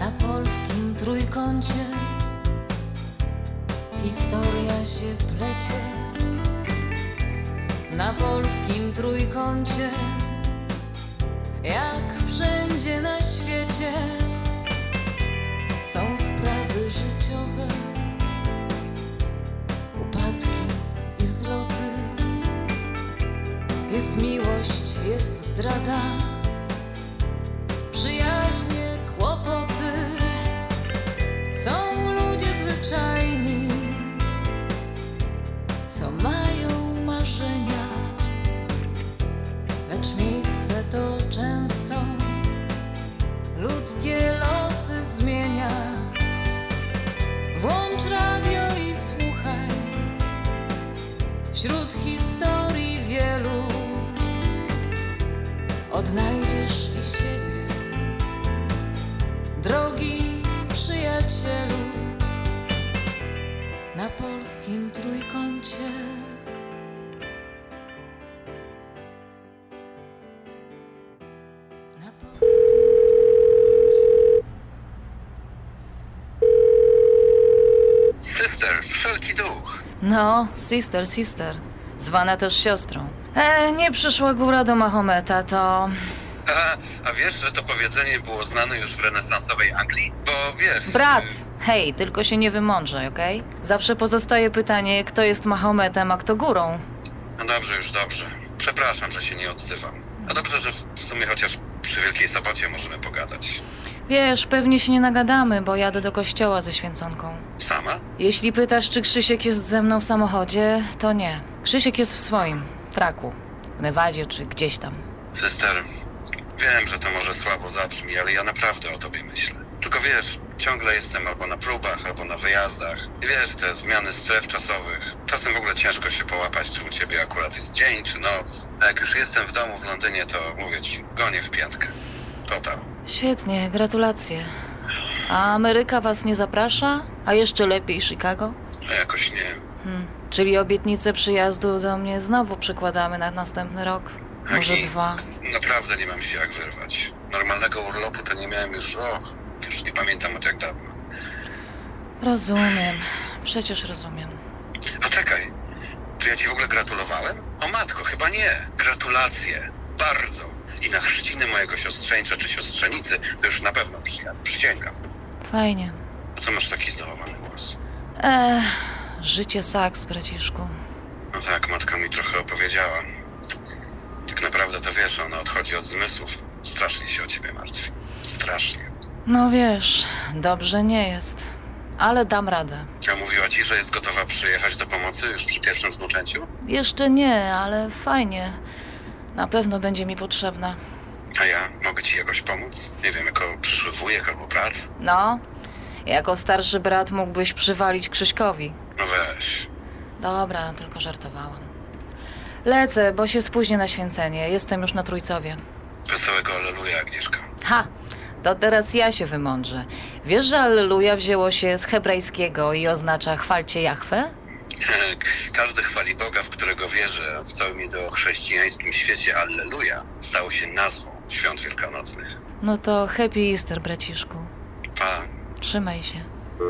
Na polskim trójkącie historia się plecie. Na polskim trójkącie, jak wszędzie na świecie, są sprawy życiowe, upadki i wzloty. Jest miłość, jest zdrada, przyjaźnie, kłopoty. Są ludzie zwyczajni, co mają marzenia, lecz miejsce to często ludzkie losy zmienia. Włącz radio i słuchaj, wśród historii wielu odnajdziesz i siebie, drogi przyjacielu. Na polskim trójkącie. Na polskim trójkącie. Sister, wszelki duch. No, sister, zwana też siostrą. Nie przyszła góra do Mahometa, to... A wiesz, że to powiedzenie było znane już w renesansowej Anglii? Bo wiesz... Brat! Hej, tylko się nie wymądrzaj, okej? Zawsze pozostaje pytanie, kto jest Mahometem, a kto górą. No dobrze, już dobrze. Przepraszam, że się nie odzywam. A dobrze, że w sumie chociaż przy Wielkiej Sobocie możemy pogadać. Wiesz, pewnie się nie nagadamy, bo jadę do kościoła ze święconką. Sama? Jeśli pytasz, czy Krzysiek jest ze mną w samochodzie, to nie. Krzysiek jest w swoim traku. W Nevadzie czy gdzieś tam. Sister, wiem, że to może słabo zabrzmi, ale ja naprawdę o tobie myślę. Tylko wiesz, ciągle jestem albo na próbach, albo na wyjazdach. I wiesz, te zmiany stref czasowych. Czasem w ogóle ciężko się połapać, czy u ciebie akurat jest dzień, czy noc. A jak już jestem w domu w Londynie, to mówię ci, gonię w piętkę. Total. Świetnie, gratulacje. A Ameryka was nie zaprasza? A jeszcze lepiej Chicago? A jakoś nie. Czyli obietnicę przyjazdu do mnie znowu przykładamy na następny rok? Może Aki, 2? Naprawdę nie mam się jak wyrwać. Normalnego urlopu to nie miałem już nie pamiętam od jak dawno. Rozumiem. Przecież rozumiem. A czekaj, czy ja ci w ogóle gratulowałem? O matko, chyba nie. Gratulacje. Bardzo. I na chrzciny mojego siostrzeńca czy siostrzenicy to już na pewno przyjadę. Przysięgam. Fajnie. A co masz taki zdołowany głos? Życie saks, braciszku. No tak, matka mi trochę opowiedziała. Tak naprawdę to wiesz, ona odchodzi od zmysłów. Strasznie się o ciebie martwi. Strasznie. No wiesz, dobrze nie jest. Ale dam radę. A mówiła ci, że jest gotowa przyjechać do pomocy już przy pierwszym znuczęciu? Jeszcze nie, ale fajnie. Na pewno będzie mi potrzebna. A ja mogę ci jakoś pomóc? Nie wiem, jako przyszły wujek albo brat? No, jako starszy brat mógłbyś przywalić Krzyśkowi. No weź. Dobra, tylko żartowałam. Lecę, bo się spóźnię na święcenie. Jestem już na Trójcowie. Wesołego Alleluja, Agnieszka. Ha! To teraz ja się wymądrzę. Wiesz, że Alleluja wzięło się z hebrajskiego i oznacza chwalcie Jahwe? Każdy chwali Boga, w którego wierzy, a w całym judeo-chrześcijańskim świecie Alleluja stało się nazwą świąt wielkanocnych. No to happy Easter, braciszku. Pa. Trzymaj się.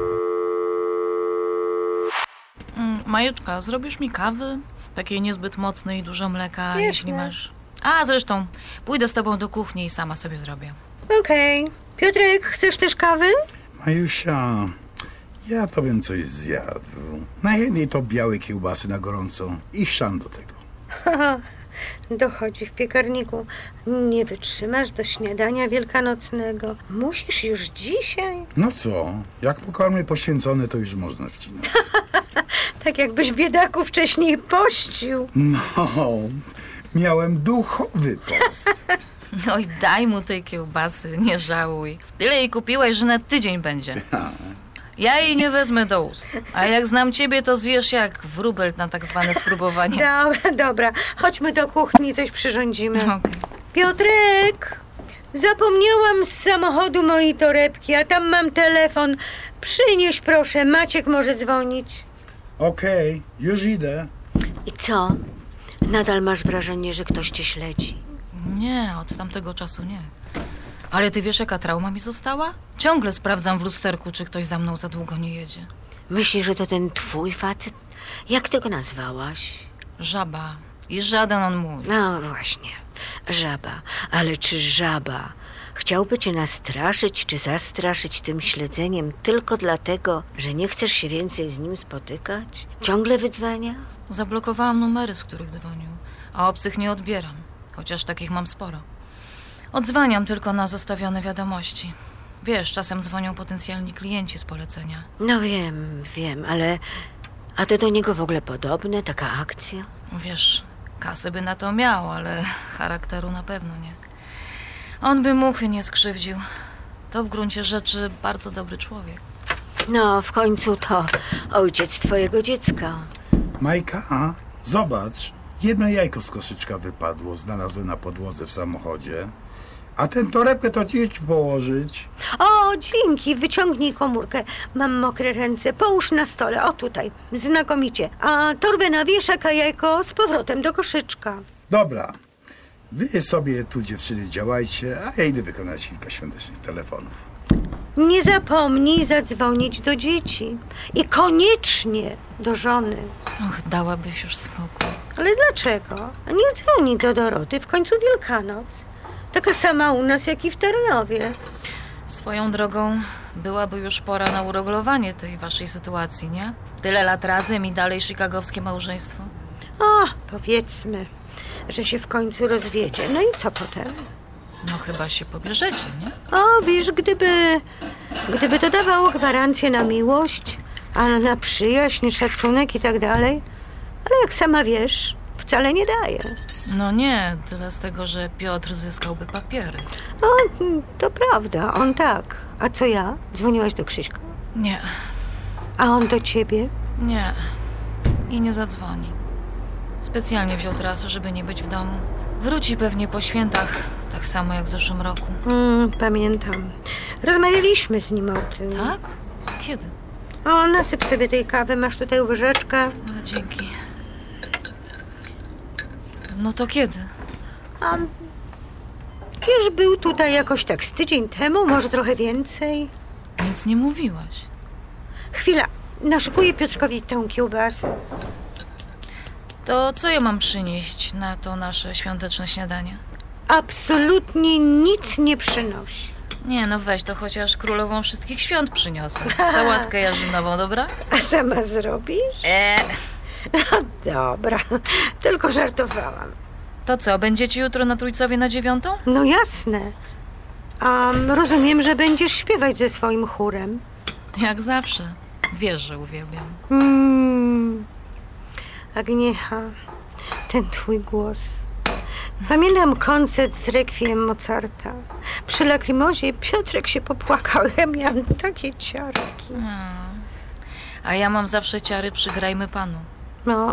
Majeczka, zrobisz mi kawy? Takiej niezbyt mocnej i dużo mleka, jeśli masz. A, zresztą, pójdę z tobą do kuchni i sama sobie zrobię. Okej. Piotrek, chcesz też kawy? Majusia, ja to bym coś zjadł. Najchętniej to białe kiełbasy na gorąco i chrzan do tego. Haha, dochodzi w piekarniku. Nie wytrzymasz do śniadania wielkanocnego. Musisz już dzisiaj? No co, jak pokarmy poświęcone, to już można wcinać. Tak jakbyś biedaku wcześniej pościł. No, miałem duchowy post. Oj, daj mu tej kiełbasy, nie żałuj. Tyle jej kupiłeś, że na tydzień będzie. Ja jej nie wezmę do ust. A jak znam ciebie, to zjesz jak wróbel na tak zwane spróbowanie. Dobra. Chodźmy do kuchni, coś przyrządzimy. Okej. Piotrek, zapomniałam z samochodu mojej torebki, a tam mam telefon. Przynieś proszę, Maciek może dzwonić. Okej, już idę. I co? Nadal masz wrażenie, że ktoś cię śledzi? Nie, od tamtego czasu nie. Ale ty wiesz, jaka trauma mi została? Ciągle sprawdzam w lusterku, czy ktoś za mną za długo nie jedzie. Myślisz, że to ten twój facet? Jak ty go nazwałaś? Żaba. I żaden on mój. No właśnie, żaba. Ale czy żaba chciałby cię nastraszyć czy zastraszyć tym śledzeniem tylko dlatego, że nie chcesz się więcej z nim spotykać? Ciągle wydzwania? Zablokowałam numery, z których dzwonił, a obcych nie odbieram, chociaż takich mam sporo. Odzwaniam tylko na zostawione wiadomości. Wiesz, czasem dzwonią potencjalni klienci z polecenia. No wiem, ale... A to do niego w ogóle podobne, taka akcja? Wiesz, kasy by na to miał, ale charakteru na pewno nie. On by muchy nie skrzywdził. To w gruncie rzeczy bardzo dobry człowiek. No, w końcu to ojciec twojego dziecka. Majka, zobacz, jedno jajko z koszyczka wypadło, znalazłem na podłodze w samochodzie. A tę torebkę to ci położyć. O, dzięki, wyciągnij komórkę. Mam mokre ręce, połóż na stole, o tutaj, znakomicie. A torbę na wieszak, a jajko z powrotem do koszyczka. Dobra, wy sobie tu dziewczyny działajcie, a ja idę wykonać kilka świątecznych telefonów. Nie zapomnij zadzwonić do dzieci. I koniecznie do żony. Och, dałabyś już spokój. Ale dlaczego? Niech dzwoni do Doroty, w końcu Wielkanoc. Taka sama u nas, jak i w Tarnowie. Swoją drogą byłaby już pora na uregulowanie tej waszej sytuacji, nie? Tyle lat razem i dalej chicagowskie małżeństwo. O, powiedzmy, że się w końcu rozwiedzie. No i co potem? No chyba się pobierzecie, nie? O, wiesz, gdyby to dawało gwarancję na miłość, a na przyjaźń, szacunek i tak dalej. Ale jak sama wiesz, wcale nie daje. No nie, tyle z tego, że Piotr zyskałby papiery. O, to prawda, on tak. A co ja? Dzwoniłaś do Krzyśka? Nie, A on do ciebie? nie. I nie zadzwoni. Specjalnie wziął trasę, żeby nie być w domu. Wróci pewnie po świętach, tak samo jak w zeszłym roku. Pamiętam. Rozmawialiśmy z nim o tym. Tak? Kiedy? O, nasyp sobie tej kawy, masz tutaj łyżeczkę. A, dzięki. No to kiedy? A, wiesz, był tutaj jakoś tak z tydzień temu, może trochę więcej. Nic nie mówiłaś. Chwila, naszykuję Piotrkowi tę kiełbasę. To co ja mam przynieść na to nasze świąteczne śniadanie? Absolutnie nic nie przynosi. Nie, no weź to chociaż królową wszystkich świąt przyniosę. Sałatkę jarzynową, dobra? A sama zrobisz? No dobra, tylko żartowałam. To co, będziecie jutro na Trójcowie na 9? No jasne. A rozumiem, że będziesz śpiewać ze swoim chórem. Jak zawsze. Wiesz, że uwielbiam. Agniecha, ten twój głos. Pamiętam koncert z Rekwiem Mozarta. Przy Lakrimozie Piotrek się popłakał. Ja miałam takie ciarki. A ja mam zawsze ciary przy Grajmy Panu. No,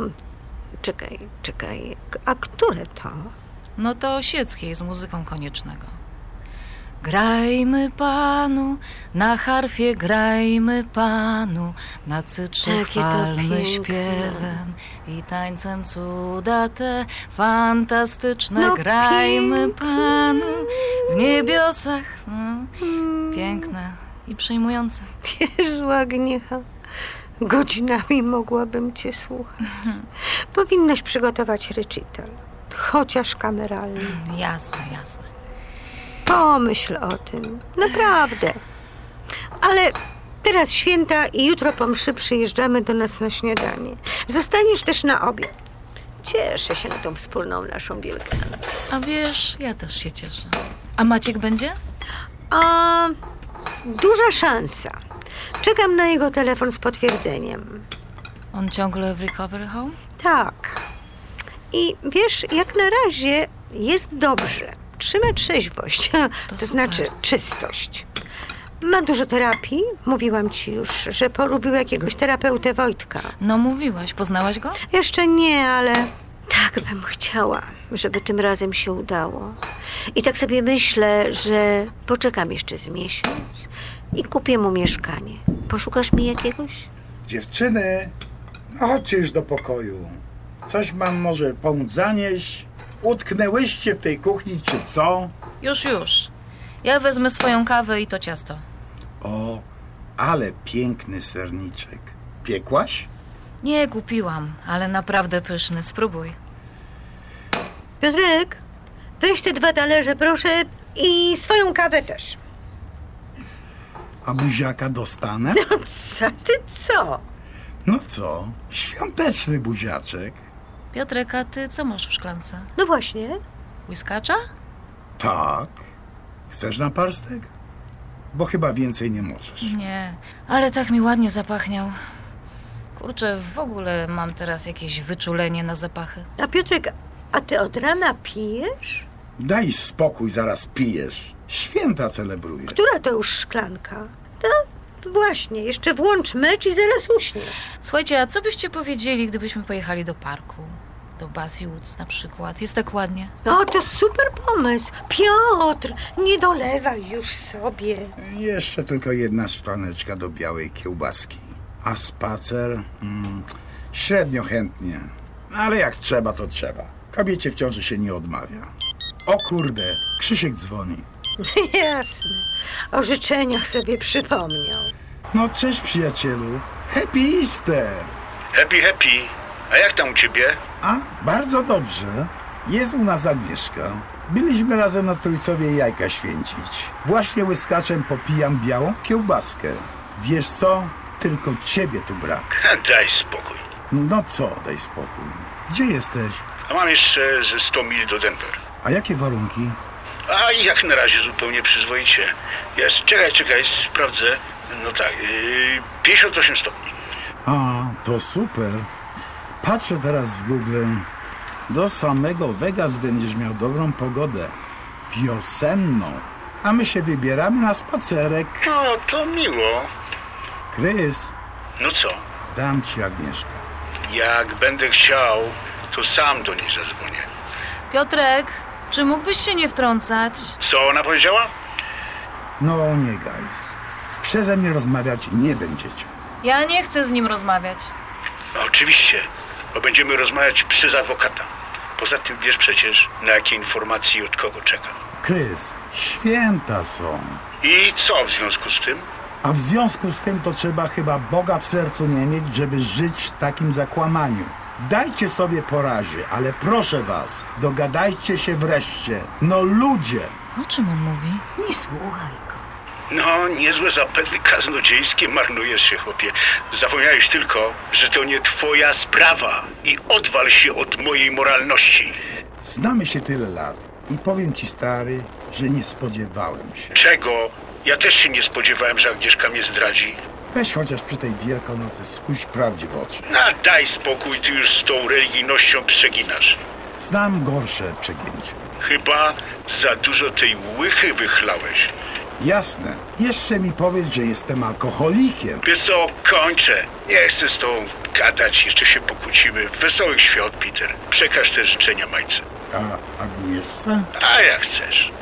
czekaj. A które to? No to Osieckiej z muzyką Koniecznego. Grajmy Panu, na harfie grajmy Panu, na cytrze Jakie to chwalmy piękne. śpiewem i tańcem cuda te fantastyczne. No grajmy piękne. Panu w niebiosach. Piękne i przejmujące. Jezu, Agniecha, godzinami mogłabym cię słuchać. Powinnaś przygotować recital, chociaż kameralny. Jasne. Pomyśl o tym, naprawdę. Ale teraz święta i jutro po mszy przyjeżdżamy do nas na śniadanie. Zostaniesz też na obiad. Cieszę się na tą wspólną naszą Wielkanoc. A wiesz, ja też się cieszę. A Maciek będzie? A duża szansa. Czekam na jego telefon z potwierdzeniem. On ciągle w recovery home? Tak. I wiesz, jak na razie jest dobrze. Trzyma trzeźwość, To to super. znaczy czystość. Ma dużo terapii. Mówiłam ci już, że polubił jakiegoś terapeutę Wojtka. No mówiłaś, poznałaś go? Jeszcze nie, ale tak bym chciała, żeby tym razem się udało. I tak sobie myślę, że poczekam jeszcze z miesiąc i kupię mu mieszkanie. Poszukasz mi jakiegoś? Dziewczyny, no chodźcie już do pokoju. Coś mam może pomóc zanieść? Utknęłyście w tej kuchni, czy co? Już. Ja wezmę swoją kawę i to ciasto. O, ale piękny serniczek. Piekłaś? Nie kupiłam, ale naprawdę pyszny. Spróbuj. Piotrek, weź te 2 talerze, proszę, i swoją kawę też. A buziaka dostanę? Co ty co? No co? Świąteczny buziaczek. Piotrek, a ty co masz w szklance? No właśnie. Whiskacza? Tak. Chcesz naparstek? Bo chyba więcej nie możesz. Nie, ale tak mi ładnie zapachniał. Kurczę, w ogóle mam teraz jakieś wyczulenie na zapachy. A Piotrek, a ty od rana pijesz? Daj spokój, zaraz pijesz. Święta celebruję. Która to już szklanka? To właśnie, jeszcze włącz mecz i zaraz uśniesz. Słuchajcie, a co byście powiedzieli, gdybyśmy pojechali do parku? Do Bassey Woods na przykład. Jest tak ładnie. O, to super pomysł. Piotr, nie dolewaj już sobie. Jeszcze tylko 1 szklaneczka do białej kiełbaski. A spacer? Średnio chętnie. Ale jak trzeba, to trzeba. Kobiecie w ciąży się nie odmawia. O kurde, Krzysiek dzwoni. Jasne. O życzeniach sobie przypomniał. No cześć przyjacielu. Happy Easter! Happy, happy. A jak tam u ciebie? A, bardzo dobrze. Jest u nas Agnieszka. Byliśmy razem na Trójcowie jajka święcić. Właśnie łyskaczem popijam białą kiełbaskę. Wiesz co? Tylko ciebie tu brak. Daj spokój. No co, daj spokój. Gdzie jesteś? A mam jeszcze ze 100 mil do Denver. A jakie warunki? A i jak na razie zupełnie przyzwoicie. Jest, czekaj, sprawdzę. No tak, 58 stopni. A, to super. Patrzę teraz w Google. Do samego Vegas będziesz miał dobrą pogodę. Wiosenną. A my się wybieramy na spacerek. No, to miło. Krys, No co, dam ci Agnieszkę. jak będę chciał, to sam do niej zadzwonię. Piotrek, czy mógłbyś się nie wtrącać? Co ona powiedziała? No nie, guys. Przeze mnie rozmawiać nie będziecie. Ja nie chcę z nim rozmawiać. No, oczywiście, bo będziemy rozmawiać przez adwokata. Poza tym wiesz przecież, na jakie informacje i od kogo czekam. Krys, święta są. I co w związku z tym? A w związku z tym to trzeba chyba Boga w sercu nie mieć, żeby żyć w takim zakłamaniu. Dajcie sobie po razie, ale proszę was, dogadajcie się wreszcie. No ludzie! O czym on mówi? Nie słuchaj go. No, niezłe zapędy kaznodziejskie marnujesz się, chłopie. Zapomniałeś tylko, że to nie twoja sprawa i odwal się od mojej moralności. Znamy się tyle lat i powiem ci, stary, że nie spodziewałem się. Czego? Ja też się nie spodziewałem, że Agnieszka mnie zdradzi. Weź chociaż przy tej Wielkanocy spójrz prawdzie w oczy. No, daj spokój, ty już z tą religijnością przeginasz. Znam gorsze przegięcie. Chyba za dużo tej łychy wychlałeś. Jasne. Jeszcze mi powiedz, że jestem alkoholikiem. Wiesz co, kończę. Nie chcę z tobą gadać, jeszcze się pokłócimy. Wesołych świąt, Peter. Przekaż te życzenia Majce. A Agnieszce? A jak chcesz.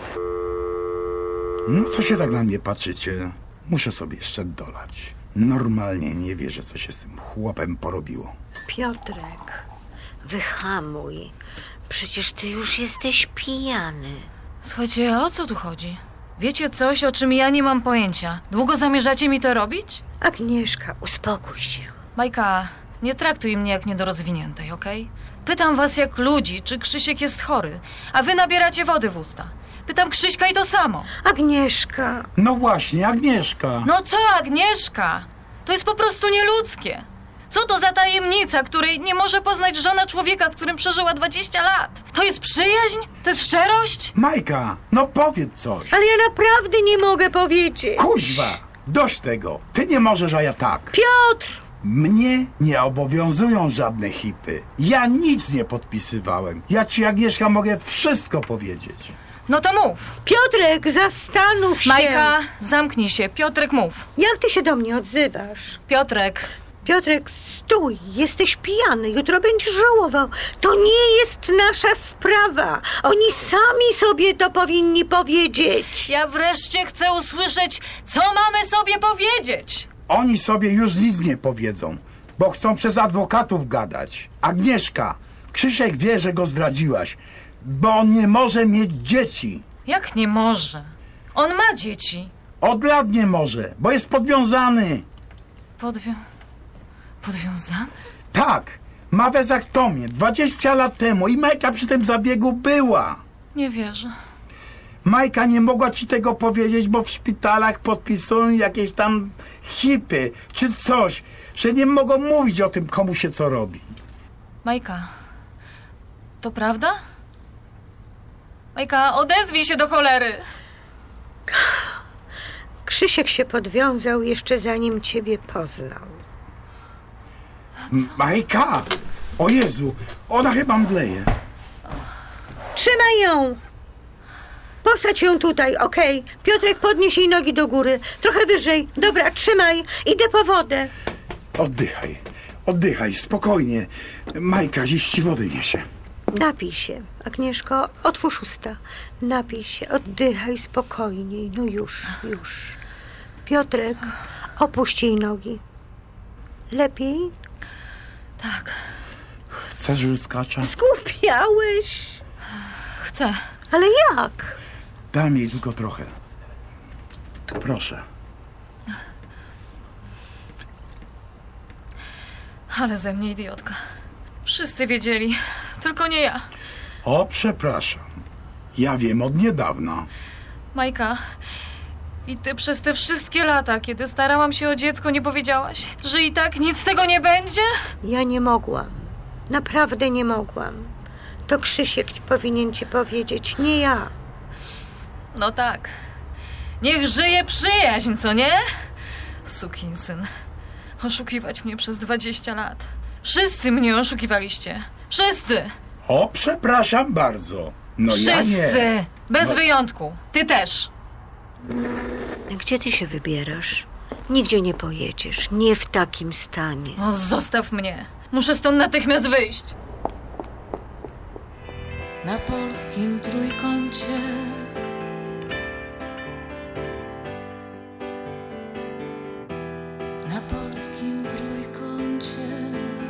No co się tak na mnie patrzycie? Muszę sobie jeszcze dolać. Normalnie nie wierzę, co się z tym chłopem porobiło. Piotrek, wyhamuj. Przecież ty już jesteś pijany. Słuchajcie, a o co tu chodzi? Wiecie coś, o czym ja nie mam pojęcia? Długo zamierzacie mi to robić? Agnieszka, uspokój się. Majka, nie traktuj mnie jak niedorozwiniętej, okej? Pytam was jak ludzi, czy Krzysiek jest chory, a wy nabieracie wody w usta. Pytam Krzyśka i to samo. Agnieszka, No właśnie, Agnieszka. No co, Agnieszka? To jest po prostu nieludzkie. Co to za tajemnica, której nie może poznać żona człowieka, z którym przeżyła 20 lat? To jest przyjaźń? To jest szczerość? Majka, no powiedz coś. ale ja naprawdę nie mogę powiedzieć. Kuźwa, dość tego. Ty nie możesz, a ja tak. Piotr! Mnie nie obowiązują żadne hipy. Ja nic nie podpisywałem. Ja ci, Agnieszka, mogę wszystko powiedzieć. No to mów. Piotrek, zastanów się. Majka, zamknij się. Piotrek, mów. Jak ty się do mnie odzywasz? Piotrek. Piotrek, stój, jesteś pijany, jutro będziesz żałował. To nie jest nasza sprawa. Oni sami sobie to powinni powiedzieć. Ja wreszcie chcę usłyszeć, co mamy sobie powiedzieć. Oni sobie już nic nie powiedzą, bo chcą przez adwokatów gadać. Agnieszka, Krzysiek wie, że go zdradziłaś, bo on nie może mieć dzieci. Jak nie może? On ma dzieci. Od lat nie może, bo jest podwiązany. Podwiązany? Tak, ma wezaktomię 20 lat temu i Majka przy tym zabiegu była. Nie wierzę. Majka nie mogła ci tego powiedzieć, bo w szpitalach podpisują jakieś tam hipy czy coś, że nie mogą mówić o tym, komu się co robi. Majka, to prawda? Majka, odezwij się do cholery. Krzysiek się podwiązał jeszcze zanim ciebie poznał. Majka! O Jezu, ona chyba mdleje. Trzymaj ją! Posadź ją tutaj, okej? Piotrek, podnieś jej nogi do góry. Trochę wyżej. Dobra, trzymaj. Idę po wodę. Oddychaj, spokojnie. Majka dziś ci wody niesie. Napij się. Agnieszko, otwórz usta. Napij się, oddychaj spokojniej. No już. Piotrek, opuść jej nogi. Lepiej? Tak, Chcesz łyskacza? Zgłupiałeś. chcę. Ale jak? Dam jej tylko trochę. Proszę. Ale ze mnie idiotka. Wszyscy wiedzieli, tylko nie ja. O, przepraszam. Ja wiem od niedawna. Majka, i ty przez te wszystkie lata, kiedy starałam się o dziecko, nie powiedziałaś, że i tak nic z tego nie będzie? Ja nie mogłam. Naprawdę nie mogłam. To Krzysiek powinien ci powiedzieć, nie ja. No tak. Niech żyje przyjaźń, co nie? Sukinsyn. Oszukiwać mnie przez 20 lat. Wszyscy mnie oszukiwaliście. Wszyscy! O, przepraszam bardzo. No ja Wszyscy! nie. Bez No. wyjątku. Ty też. Gdzie ty się wybierasz? Nigdzie nie pojedziesz. Nie w takim stanie. O, zostaw mnie. Muszę stąd natychmiast wyjść. Na polskim trójkącie. Na polskim trójkącie.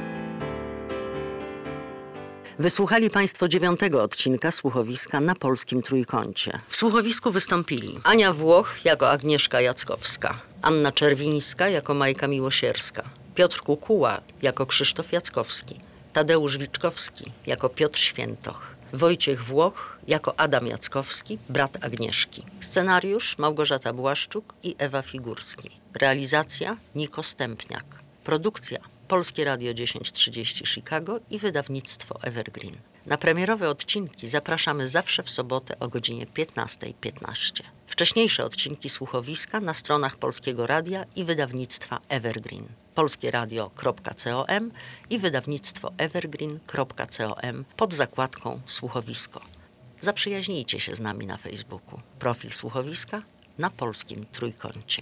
Wysłuchali Państwo 9. odcinka słuchowiska na polskim trójkącie. W słuchowisku wystąpili Ania Włoch jako Agnieszka Jackowska, Anna Czerwińska jako Majka Miłosierska, Piotr Kukuła jako Krzysztof Jackowski, Tadeusz Wiczkowski jako Piotr Świętoch, Wojciech Włoch jako Adam Jackowski, brat Agnieszki. Scenariusz Małgorzata Błaszczuk i Ewa Figurski. Realizacja Niko Stępniak. Produkcja Polskie Radio 1030 Chicago i wydawnictwo Evergreen. Na premierowe odcinki zapraszamy zawsze w sobotę o godzinie 15:15. Wcześniejsze odcinki słuchowiska na stronach Polskiego Radia i wydawnictwa Evergreen. polskieradio.com i wydawnictwo evergreen.com pod zakładką Słuchowisko. Zaprzyjaźnijcie się z nami na Facebooku. Profil Słuchowiska na polskim trójkącie.